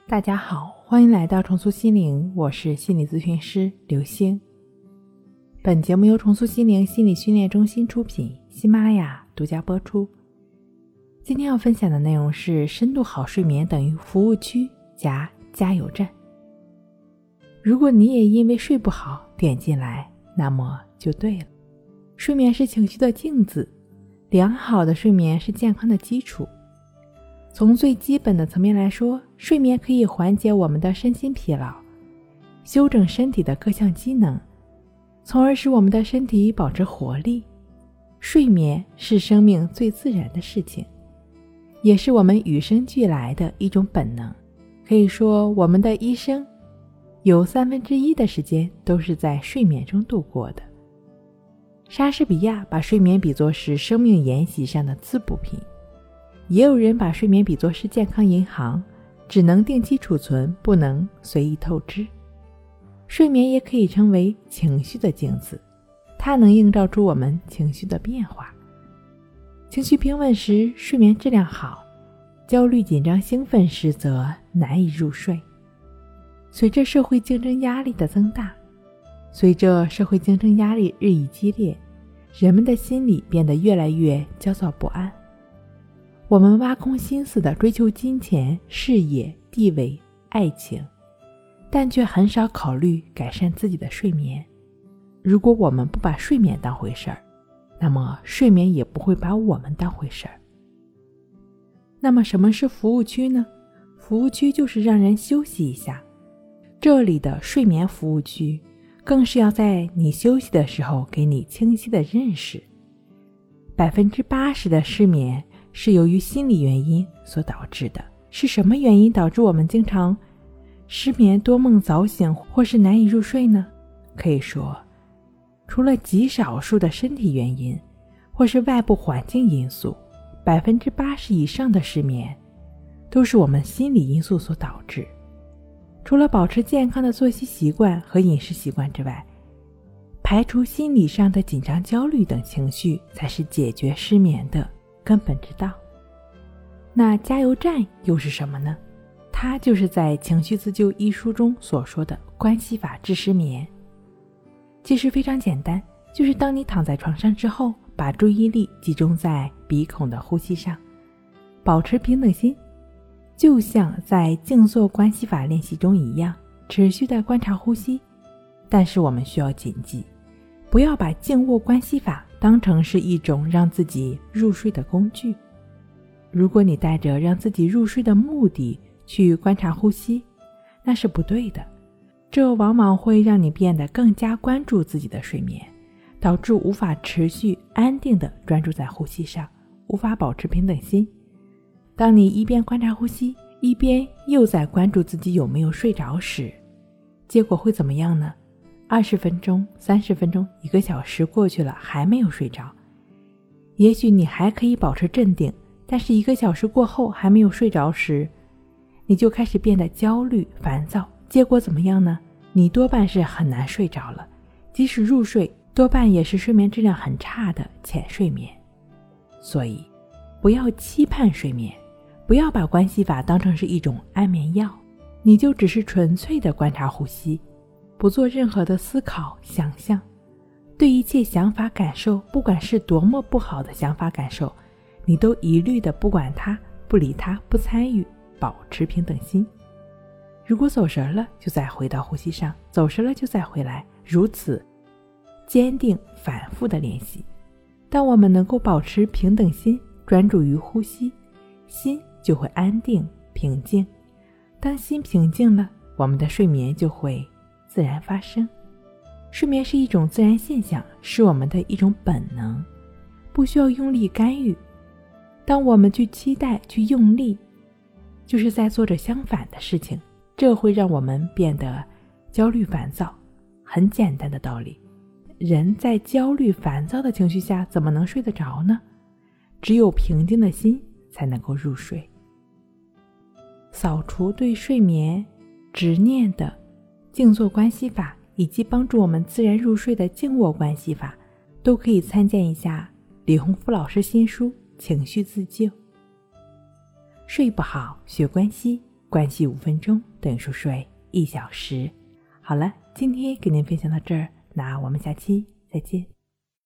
大家好，欢迎来到重塑心灵，我是心理咨询师刘星。本节目由重塑心灵心理训练中心出品，喜马拉雅独家播出。今天要分享的内容是深度好睡眠等于服务区加加油站。如果你也因为睡不好点进来，那么就对了。睡眠是情绪的镜子，良好的睡眠是健康的基础。从最基本的层面来说，睡眠可以缓解我们的身心疲劳，修整身体的各项机能，从而使我们的身体保持活力。睡眠是生命最自然的事情，也是我们与生俱来的一种本能。可以说，我们的一生有1/3的时间都是在睡眠中度过的。莎士比亚把睡眠比作是生命沿袭上的滋补品，也有人把睡眠比作是健康银行，只能定期储存，不能随意透支。睡眠也可以称为情绪的镜子，它能映照出我们情绪的变化。情绪平稳时，睡眠质量好；焦虑、紧张、兴奋时则难以入睡。随着社会竞争压力的增大，日益激烈，人们的心理变得越来越焦躁不安。我们挖空心思地追求金钱、事业、地位、爱情，但却很少考虑改善自己的睡眠。如果我们不把睡眠当回事儿，那么睡眠也不会把我们当回事儿。那么什么是服务区呢？服务区就是让人休息一下。这里的睡眠服务区，更是要在你休息的时候给你清晰的认识。80%的失眠是由于心理原因所导致的。是什么原因导致我们经常失眠、多梦、早醒或是难以入睡呢？可以说，除了极少数的身体原因或是外部环境因素，80%以上的失眠都是我们心理因素所导致。除了保持健康的作息习惯和饮食习惯之外，排除心理上的紧张、焦虑等情绪，才是解决失眠的根本之道。那加油站又是什么呢？它就是在《情绪自救》一书中所说的关系法治失眠。其实非常简单，就是当你躺在床上之后，把注意力集中在鼻孔的呼吸上，保持平等心，就像在静坐关系法练习中一样，持续的观察呼吸。但是我们需要谨记，不要把静卧关系法当成是一种让自己入睡的工具。如果你带着让自己入睡的目的去观察呼吸，那是不对的。这往往会让你变得更加关注自己的睡眠，导致无法持续安定的专注在呼吸上，无法保持平等心。当你一边观察呼吸，一边又在关注自己有没有睡着时，结果会怎么样呢？20分钟、30分钟、1个小时过去了，还没有睡着。也许你还可以保持镇定，但是1个小时过后还没有睡着时，你就开始变得焦虑、烦躁。结果怎么样呢？你多半是很难睡着了，即使入睡，多半也是睡眠质量很差的浅睡眠。所以，不要期盼睡眠，不要把关系法当成是一种安眠药，你就只是纯粹的观察呼吸，不做任何的思考、想象。对一切想法感受，不管是多么不好的想法感受，你都一律的不管它、不理它、不参与，保持平等心。如果走神了，就再回到呼吸上，走神了就再回来，如此坚定反复的练习。当我们能够保持平等心，专注于呼吸，心就会安定平静。当心平静了，我们的睡眠就会自然发生。睡眠是一种自然现象，是我们的一种本能，不需要用力干预。当我们去期待、去用力，就是在做着相反的事情，这会让我们变得焦虑烦躁。很简单的道理，人在焦虑烦躁的情绪下怎么能睡得着呢？只有平静的心才能够入睡。扫除对睡眠执念的静坐关系法，以及帮助我们自然入睡的静卧关系法，都可以参见一下李洪福老师新书《情绪自救》。睡不好学关系， 关系5分钟等于熟睡1小时。好了，今天给您分享到这儿，那我们下期再见。